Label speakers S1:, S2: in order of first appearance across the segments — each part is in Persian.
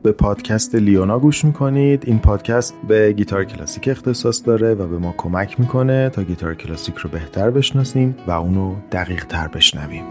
S1: به پادکست لیونا گوش میکنید. این پادکست به گیتار کلاسیک اختصاص داره و به ما کمک میکنه تا گیتار کلاسیک رو بهتر بشناسیم و اونو دقیق تر بشنویم.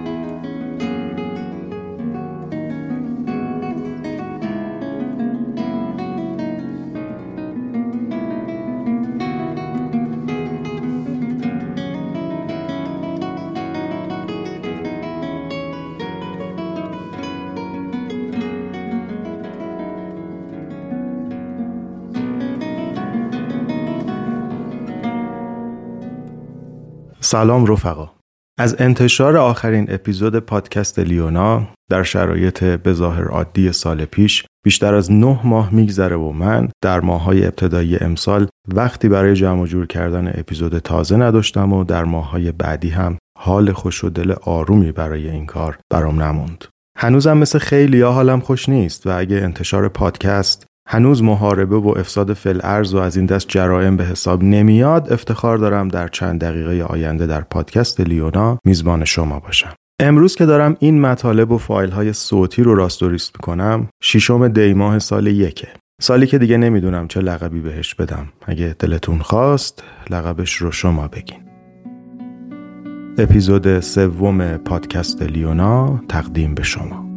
S1: سلام رفقا. از انتشار آخرین اپیزود پادکست لیونا در شرایط بظاهر عادی سال پیش بیشتر از 9 ماه میگذره و من در ماه‌های ابتدایی امسال وقتی برای جمع و جور کردن اپیزود تازه نداشتم و در ماه‌های بعدی هم حال خوش و دل آرومی برای این کار برام نموند. هنوزم مثل خیلی‌ها حالم خوش نیست و اگه انتشار پادکست هنوز محاربه و افساد فی‌الارض و از این دست جرائم به حساب نمیاد، افتخار دارم در چند دقیقه آینده در پادکست لیونا میزبان شما باشم. امروز که دارم این مطالب و فایل‌های صوتی رو راست و ریست می‌کنم، 6 دی ماه سال 1، سالی که دیگه نمیدونم چه لقبی بهش بدم. اگه دلتون خواست لقبش رو شما بگین. اپیزود 3 پادکست لیونا تقدیم به شما.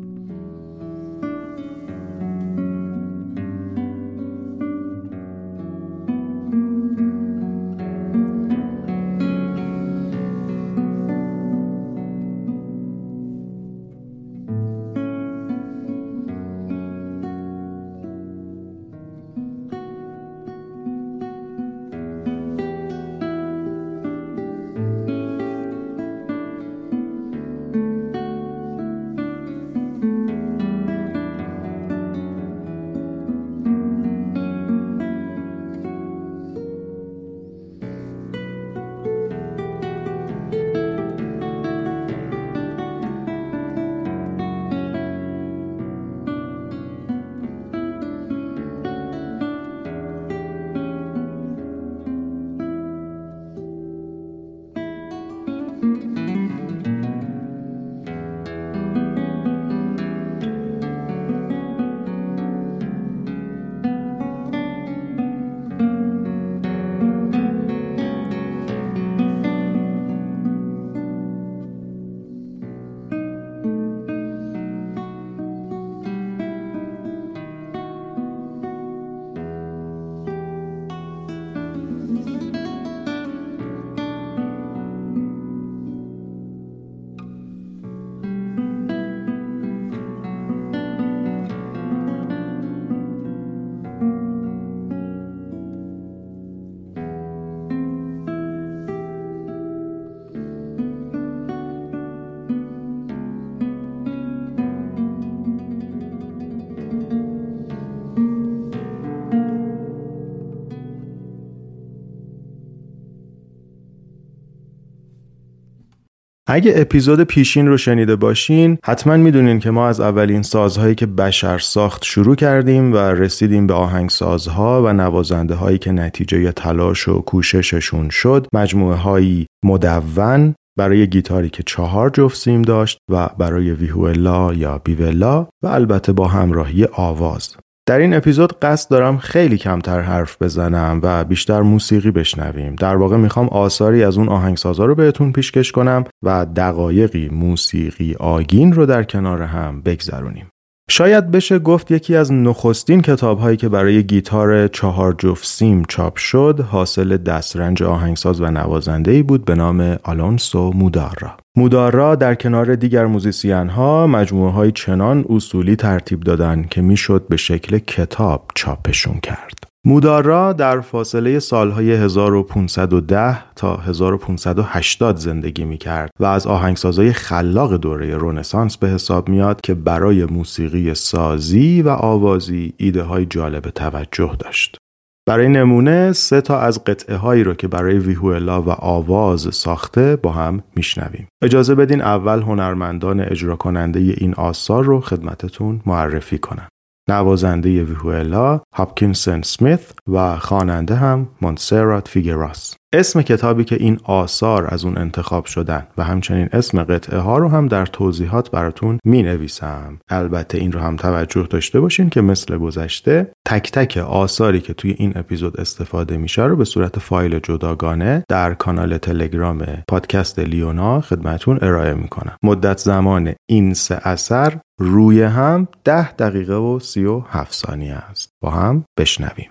S1: اگه اپیزود پیشین رو شنیده باشین حتما میدونین که ما از اولین سازهایی که بشر ساخت شروع کردیم و رسیدیم به آهنگسازها و نوازنده هایی که نتیجه تلاش و کوشششون شد، مجموعه هایی مدون برای گیتاری که 4 جفت سیم داشت و برای ویهوئلا یا بیولا و البته با همراهی آواز. در این اپیزود قصد دارم خیلی کمتر حرف بزنم و بیشتر موسیقی بشنویم. در واقع میخوام آثاری از اون آهنگسازا رو بهتون پیشکش کنم و دقایقی موسیقی آگین رو در کنار هم بگذرونیم. شاید بشه گفت یکی از نخستین کتاب‌هایی که برای گیتار 4 جفت سیم چاپ شد حاصل دسترنج آهنگساز و نوازنده‌ای بود به نام آلونسو مودارا. مودارا در کنار دیگر موزیسین‌ها مجموعه‌های چنان اصولی ترتیب دادن که میشد به شکل کتاب چاپشون کرد. مودارا در فاصله سالهای 1510 تا 1580 زندگی می‌کرد و از آهنگسازهای خلاق دوره رنسانس به حساب میاد که برای موسیقی سازی و آوازی ایده‌های جالب توجه داشت. برای نمونه 3 از قطعه‌هایی رو که برای ویهوئلا و آواز ساخته با هم میشنویم. اجازه بدین اول هنرمندان اجرا کننده این آثار رو خدمتتون معرفی کنم. نوازنده ویهوئلا هاپکینسون اسمیت و خواننده هم مونسرات فیگراس. اسم کتابی که این آثار از اون انتخاب شدن و همچنین اسم قطعه ها رو هم در توضیحات براتون می نویسم. البته این رو هم توجه داشته باشین که مثل گذشته تک تک آثاری که توی این اپیزود استفاده میشه رو به صورت فایل جداگانه در کانال تلگرام پادکست لیونا خدمتون ارائه میکنم. مدت زمان این 3 اثر روی هم 10 دقیقه و 37 ثانیه است. با هم بشنویم.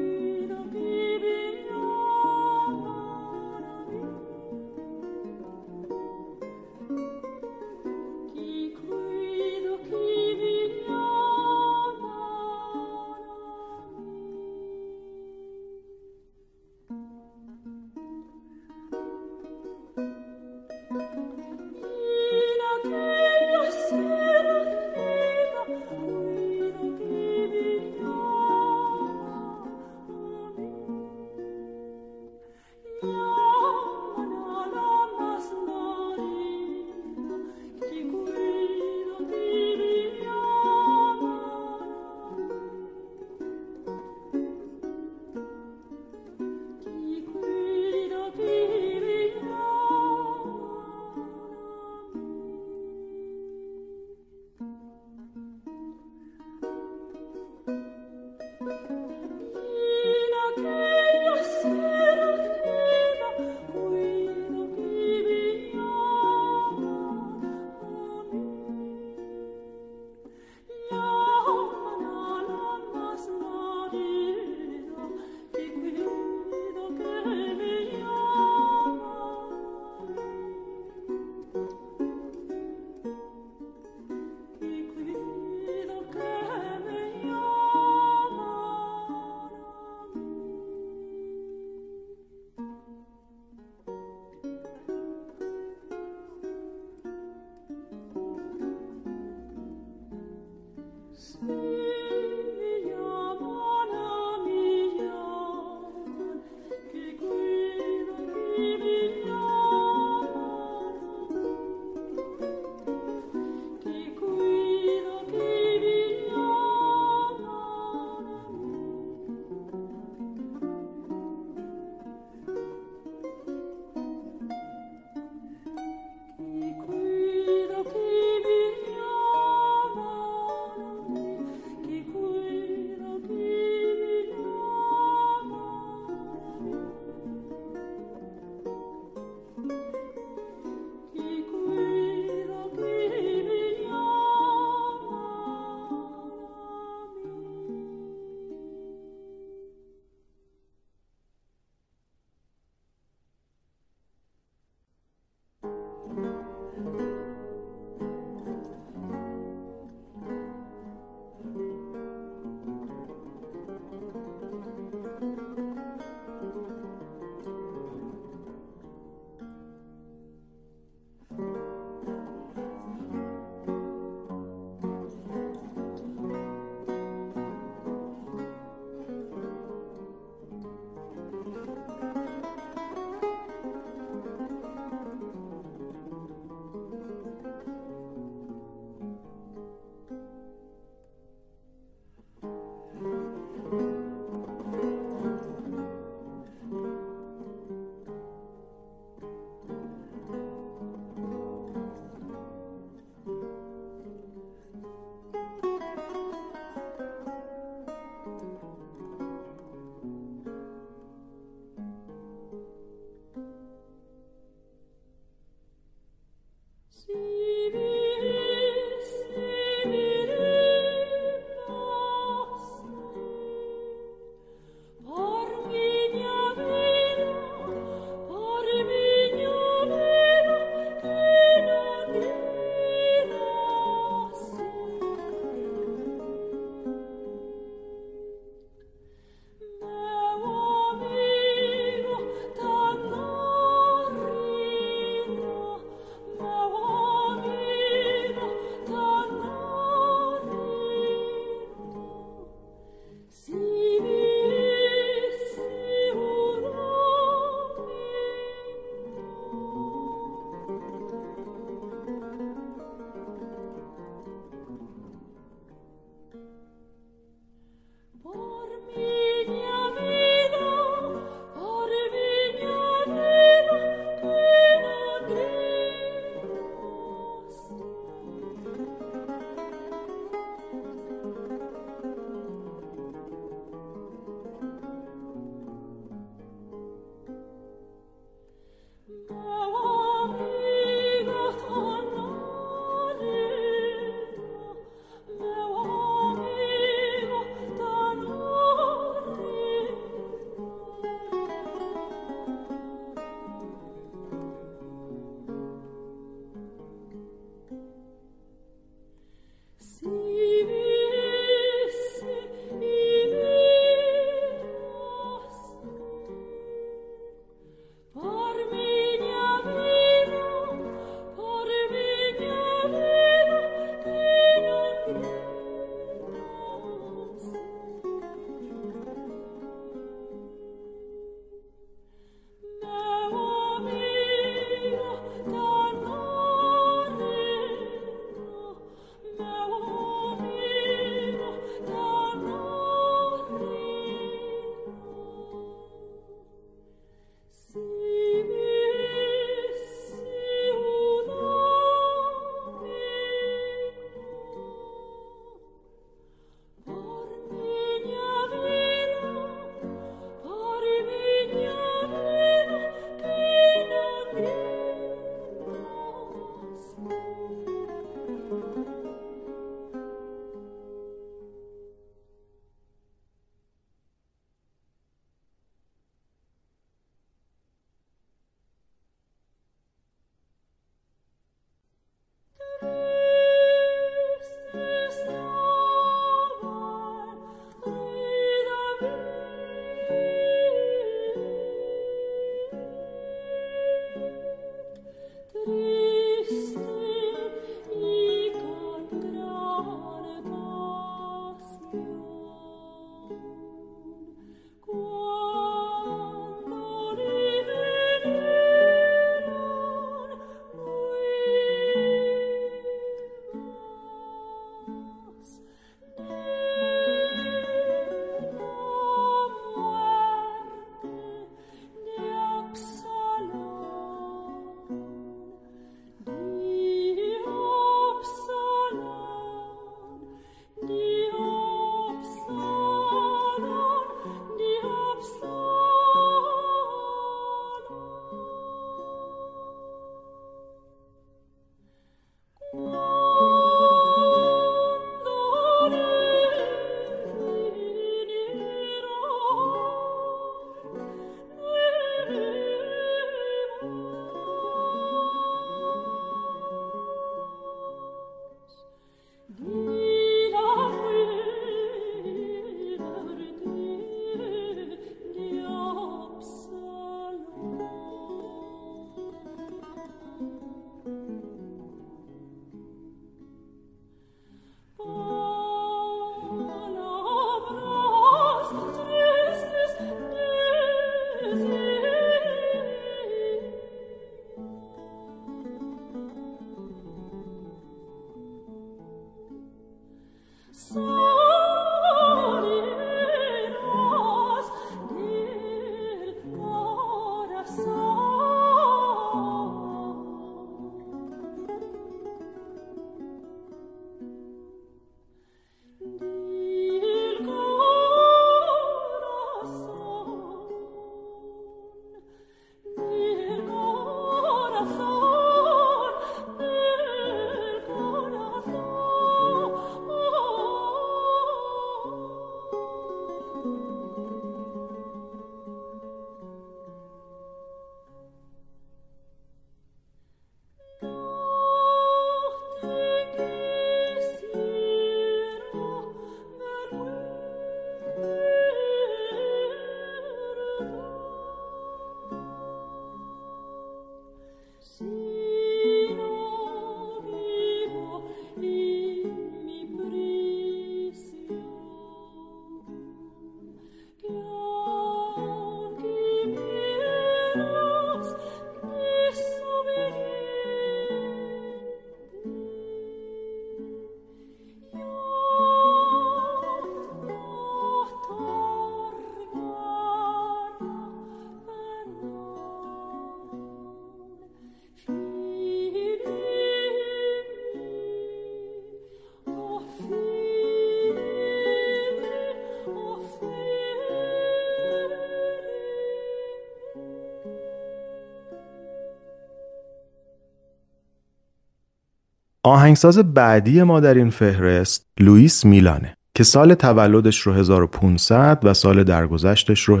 S1: آهنگساز بعدی ما در این فهرست لوئیس میلانه که سال تولدش رو 1500 و سال درگذشتش رو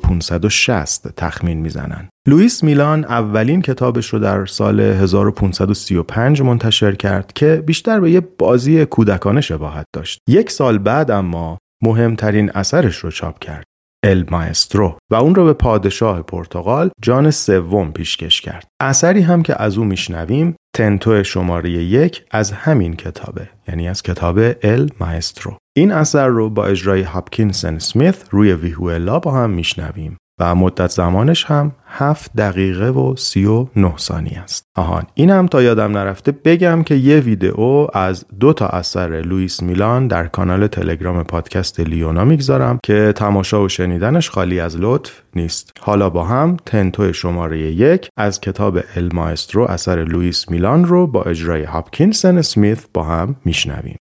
S1: 1560 تخمین میزنن. لوئیس میلان اولین کتابش رو در سال 1535 منتشر کرد که بیشتر به یه بازی کودکانه شباهت داشت. یک سال بعد اما مهمترین اثرش رو چاپ کرد، ال ماسترو، و اون رو به پادشاه پرتغال جان سوم پیشکش کرد. اثری هم که از اون میشنویم تنتو شماره 1 از همین کتابه، یعنی از کتاب ال ماسترو. این اثر رو با اجرای هاپکینسن اسمیت روی ویهوئلا با هم میشنویم و مدت زمانش هم 7 دقیقه و 39 ثانیه است. این هم تا یادم نرفته بگم که یه ویدئو از 2 تا اثر لوئیس میلان در کانال تلگرام پادکست لیونا میگذارم که تماشا و شنیدنش خالی از لطف نیست. حالا با هم تنتو شماره 1 از کتاب ال ماسترو اثر لوئیس میلان رو با اجرای هاپکینسن اسمیت با هم میشنویم.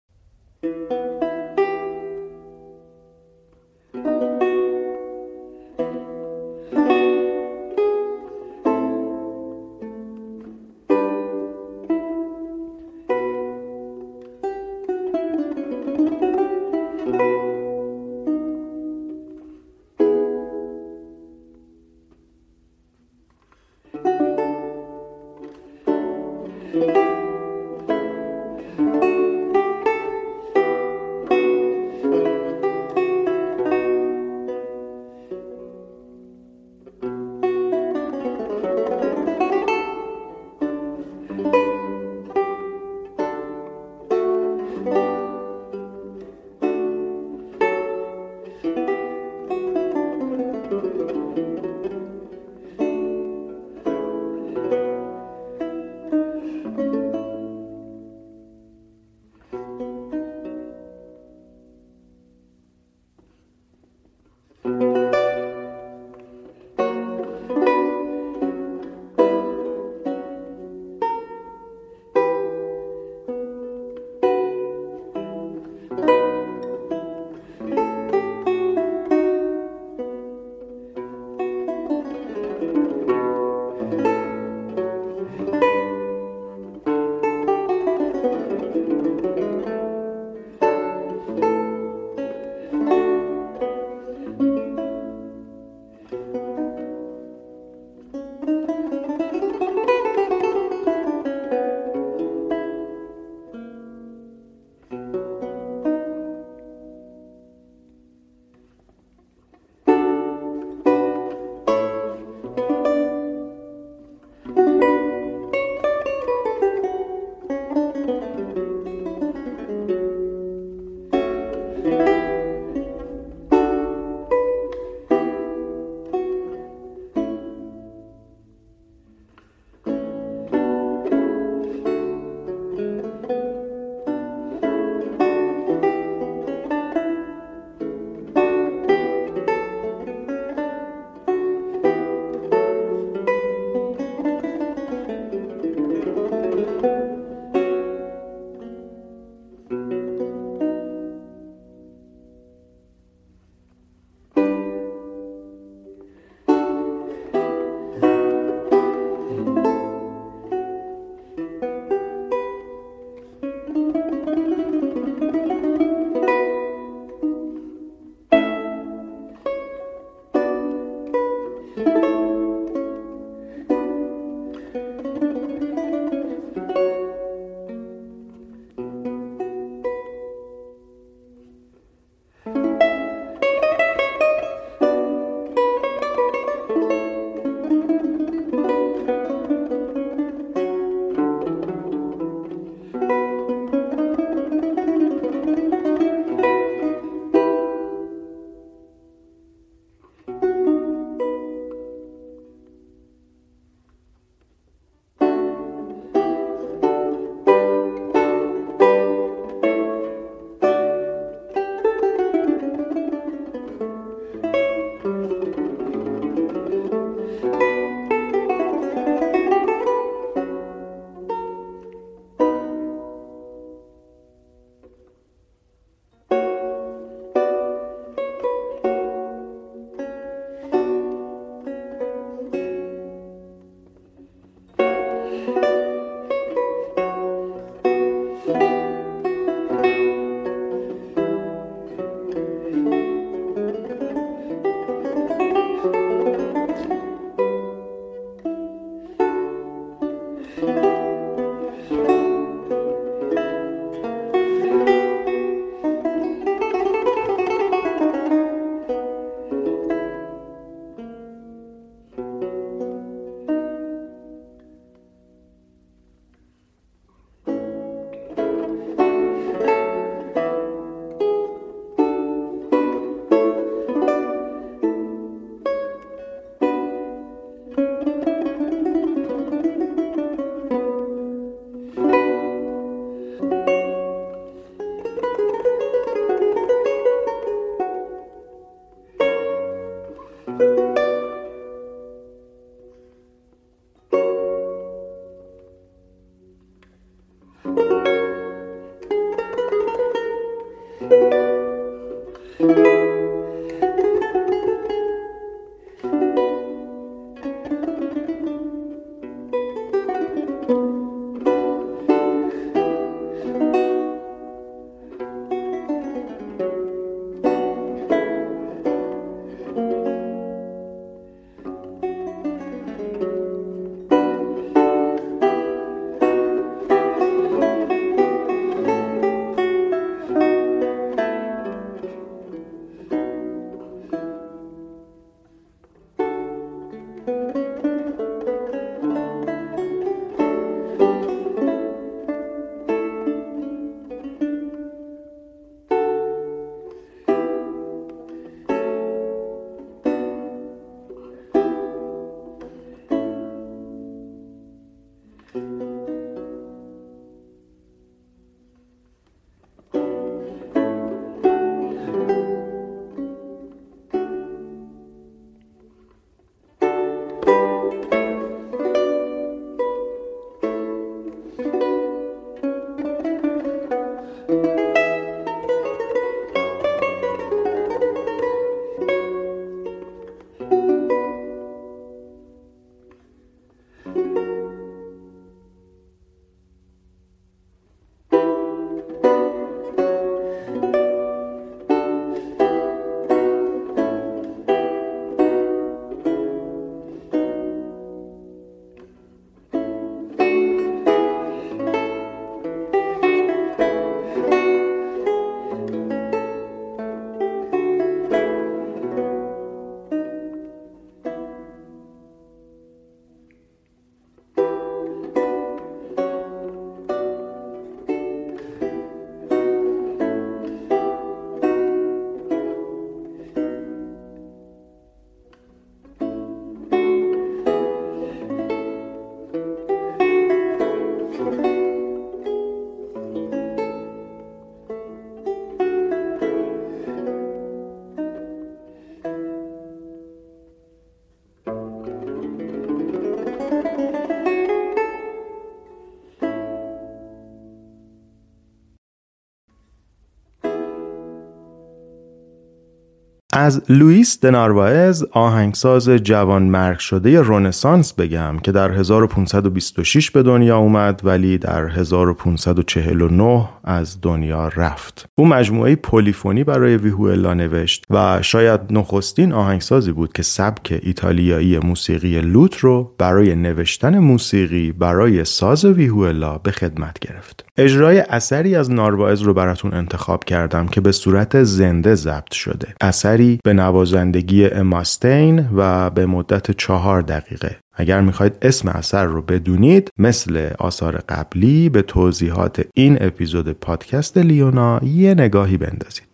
S1: از لوئیس د نارواز، آهنگساز جوانمرگ شده رنسانس بگم که در 1526 به دنیا اومد ولی در 1549 از دنیا رفت. او مجموعه پلیفونی برای ویهوئلا نوشت و شاید نخستین آهنگسازی بود که سبک ایتالیایی موسیقی لوت رو برای نوشتن موسیقی برای ساز ویهوئلا به خدمت گرفت. اجرای اثری از نارواز رو براتون انتخاب کردم که به صورت زنده ضبط شده. اثری به نوازندگی اما استین و به مدت 4 دقیقه. اگر میخواید اسم اثر رو بدونید، مثل آثار قبلی به توضیحات این اپیزود پادکست لیونا یه نگاهی بندازید.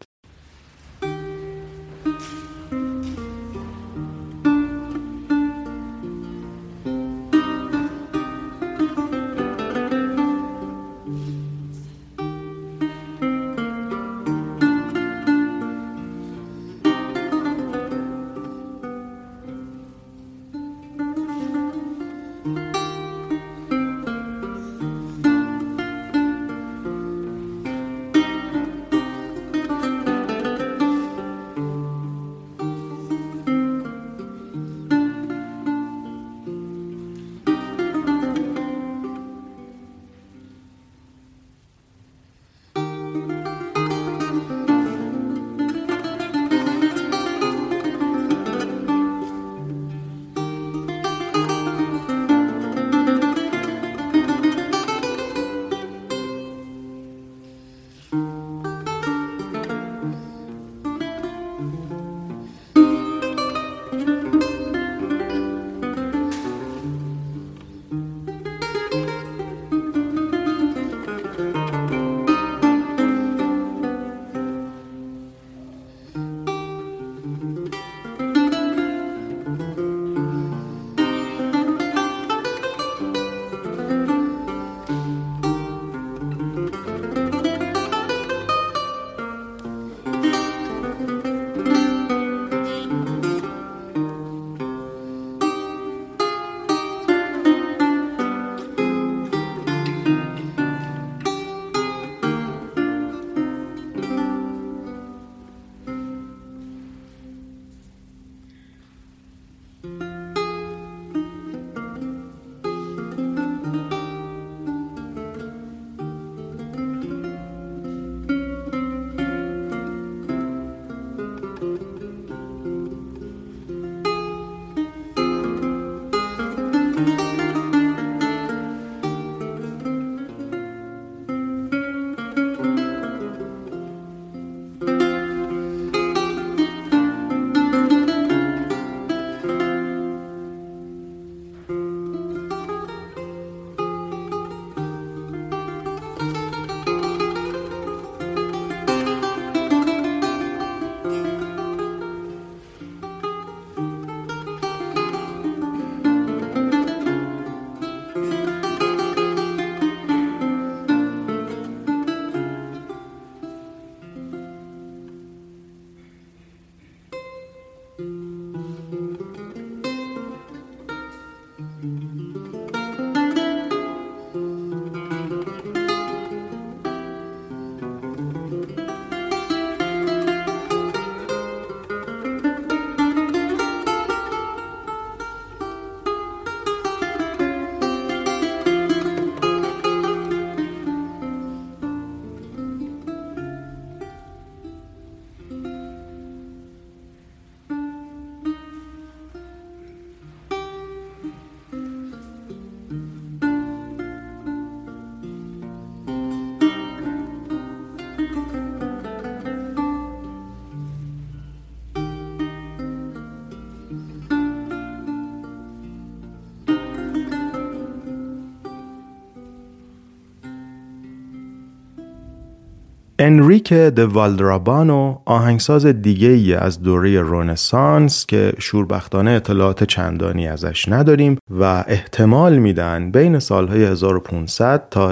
S1: انریکه د والدرابانو، آهنگساز دیگه‌ای از دوره رنسانس که شوربختانه اطلاعات چندانی ازش نداریم و احتمال میدن بین سالهای 1500 تا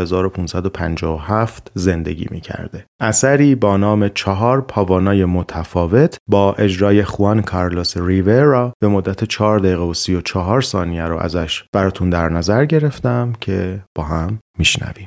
S1: 1557 زندگی میکرده. اثری با نام 4 پاوانای متفاوت با اجرای خوان کارلوس ریویرا به مدت 4 دقیقه و 34 ثانیه رو ازش براتون در نظر گرفتم که با هم میشنویم.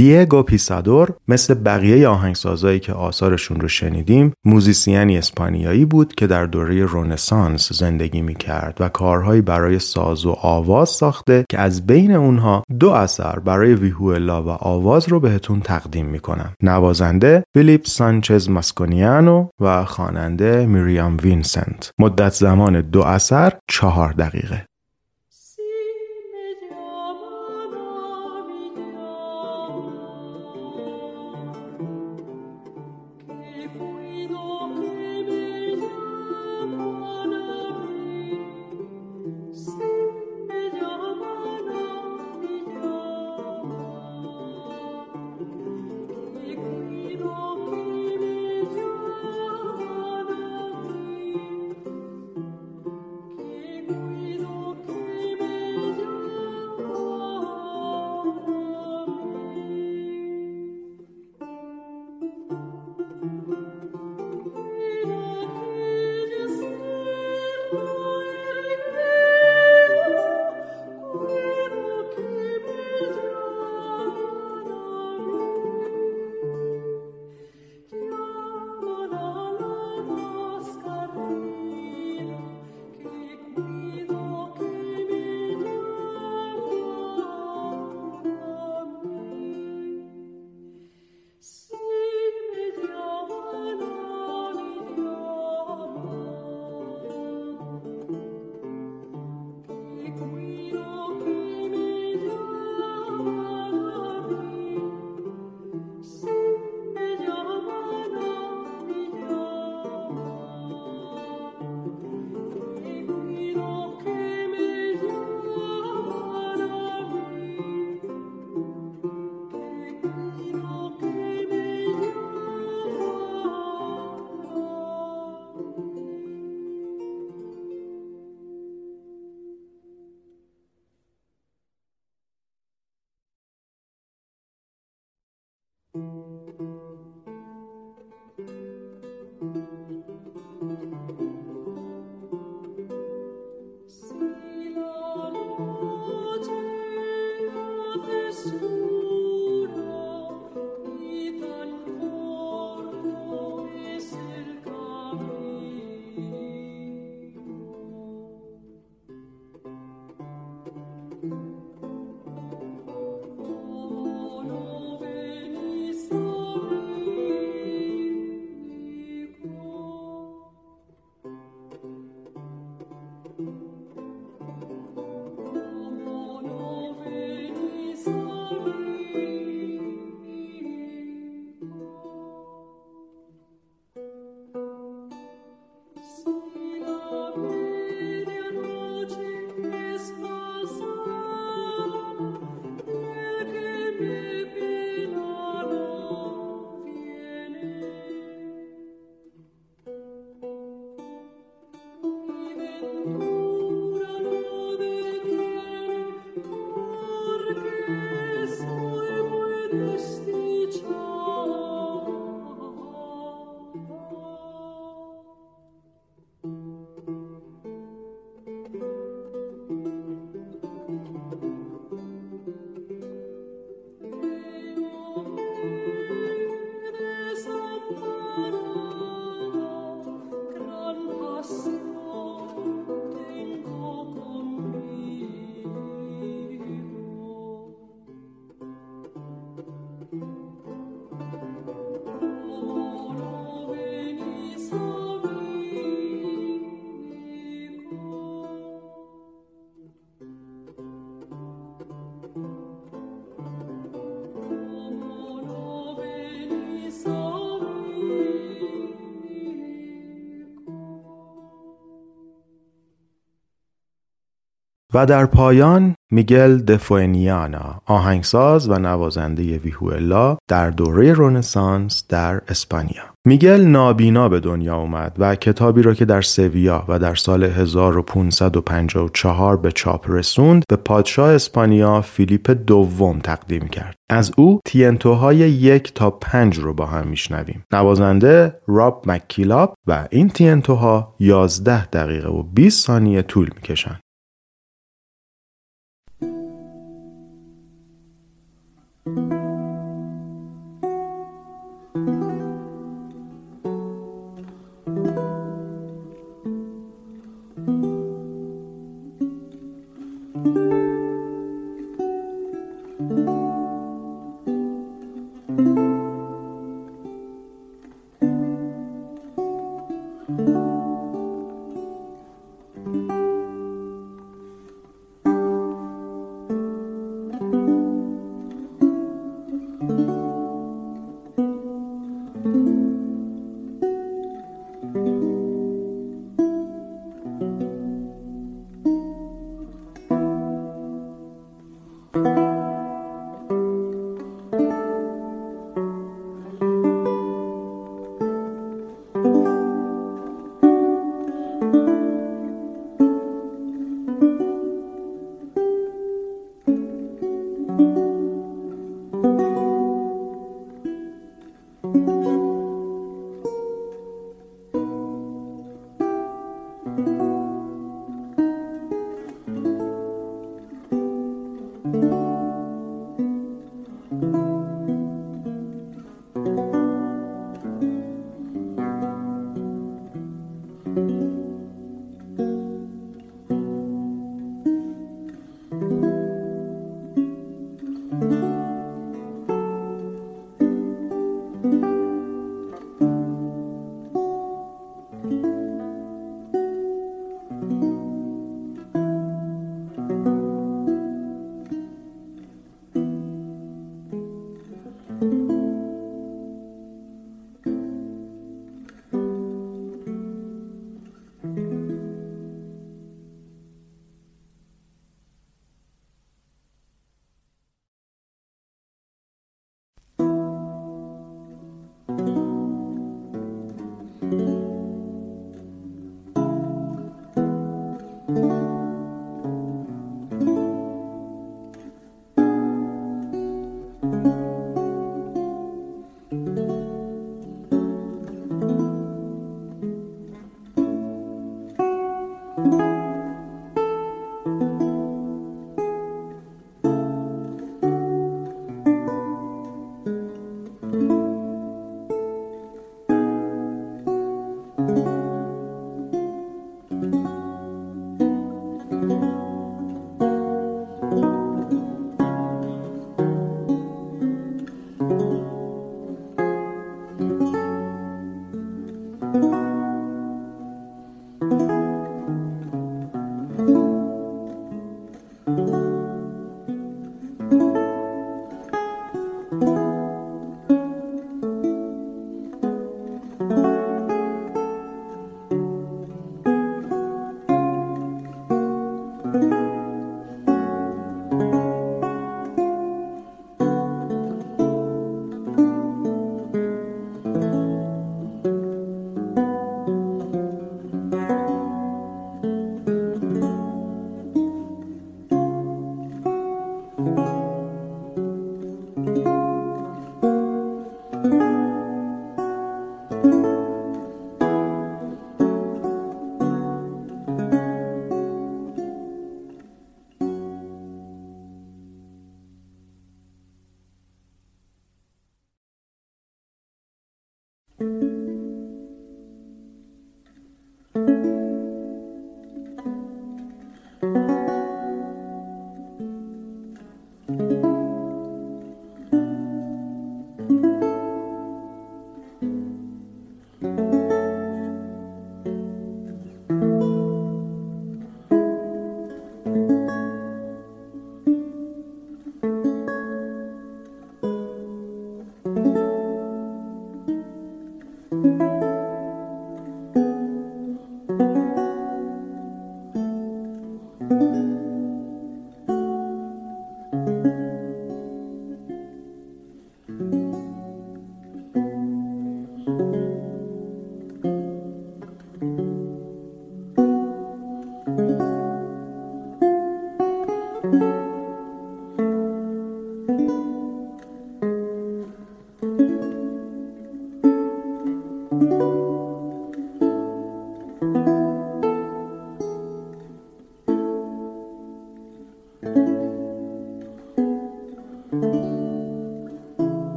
S1: دیگو پیسادور مثل بقیه آهنگسازایی که آثارشون رو شنیدیم موزیسیانی اسپانیایی بود که در دوره رنسانس زندگی میکرد و کارهایی برای ساز و آواز ساخته که از بین اونها 2 اثر برای ویهوئلا و آواز رو بهتون تقدیم میکنم. نوازنده فیلیپ سانچز ماسکونیانو و خواننده میریام وینسنت. مدت زمان 2 اثر 4 دقیقه. و در پایان میگل دفوئنیانا، آهنگساز و نوازنده ویهوئلا در دوره رنسانس در اسپانیا. میگل نابینا به دنیا اومد و کتابی را که در سویا و در سال 1554 به چاپ رسوند به پادشاه اسپانیا فیلیپ دوم تقدیم کرد. از او تینتوهای 1 تا 5 رو با هم میشنویم. نوازنده راب مککیلاپ و این تینتوها 11 دقیقه و 20 ثانیه طول میکشن.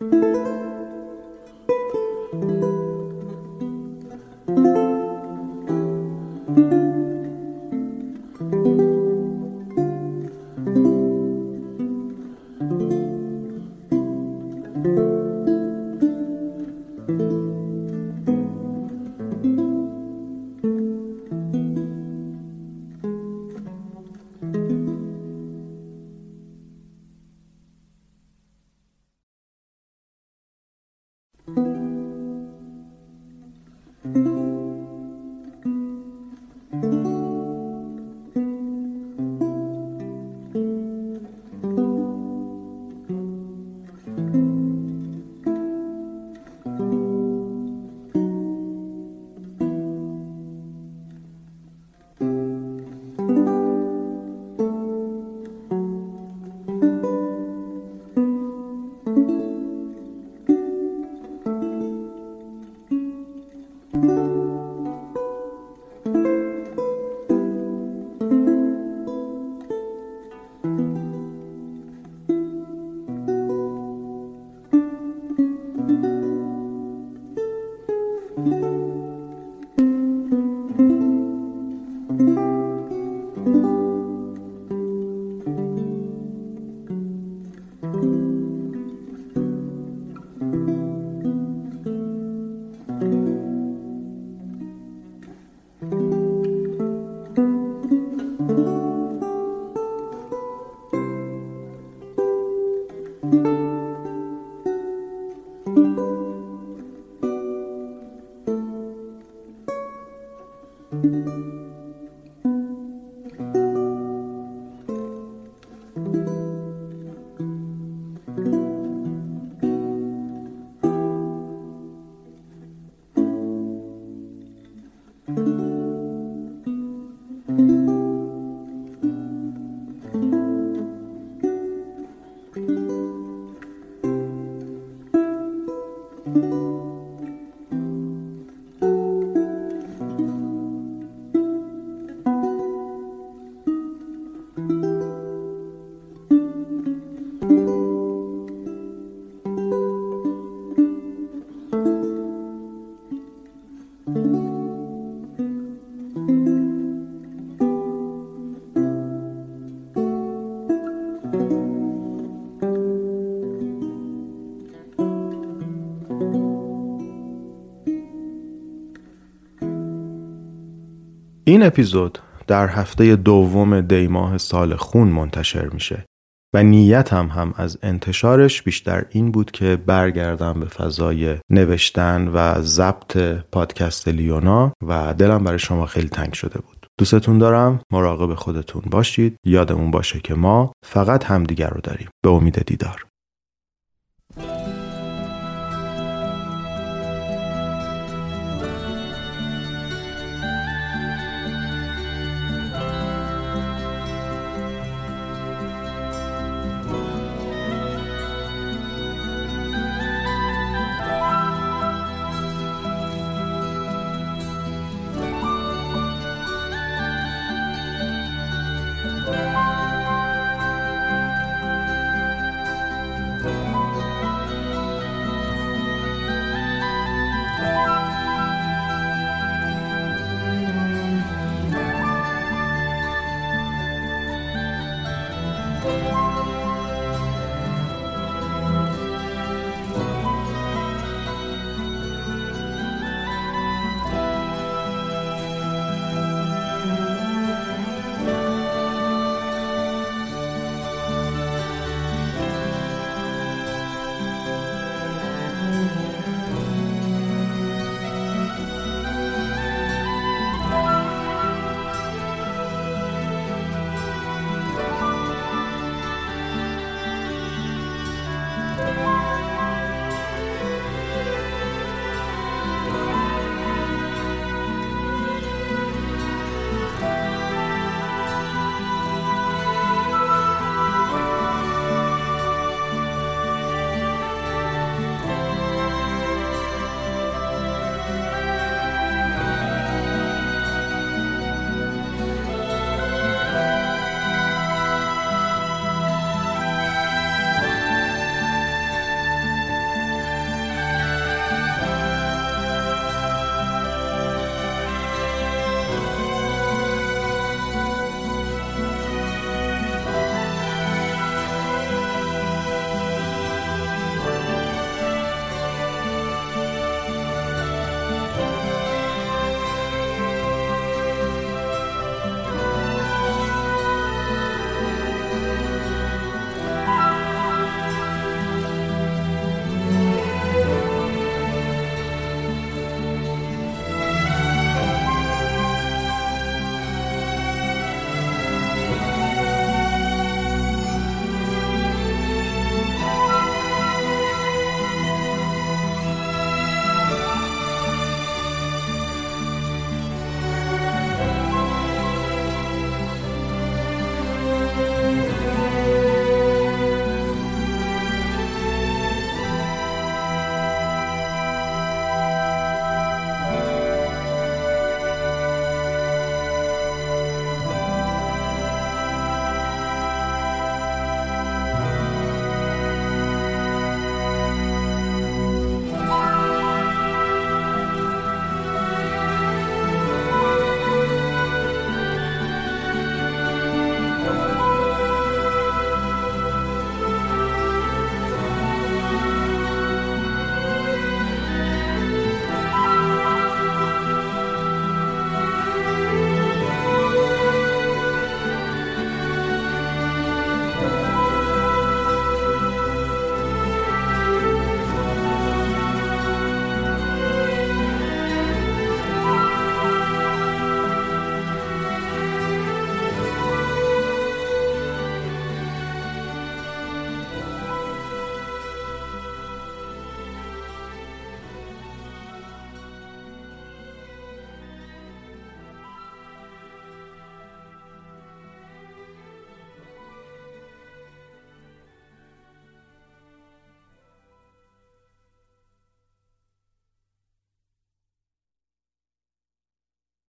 S1: این اپیزود در هفته دوم دی ماه سال خون منتشر میشه و نیتم هم از انتشارش بیشتر این بود که برگردم به فضای نوشتن و ضبط پادکست لیونا و دلم برای شما خیلی تنگ شده بود. دوستتون دارم، مراقب خودتون باشید، یادمون باشه که ما فقط همدیگر رو داریم. به امید دیدار.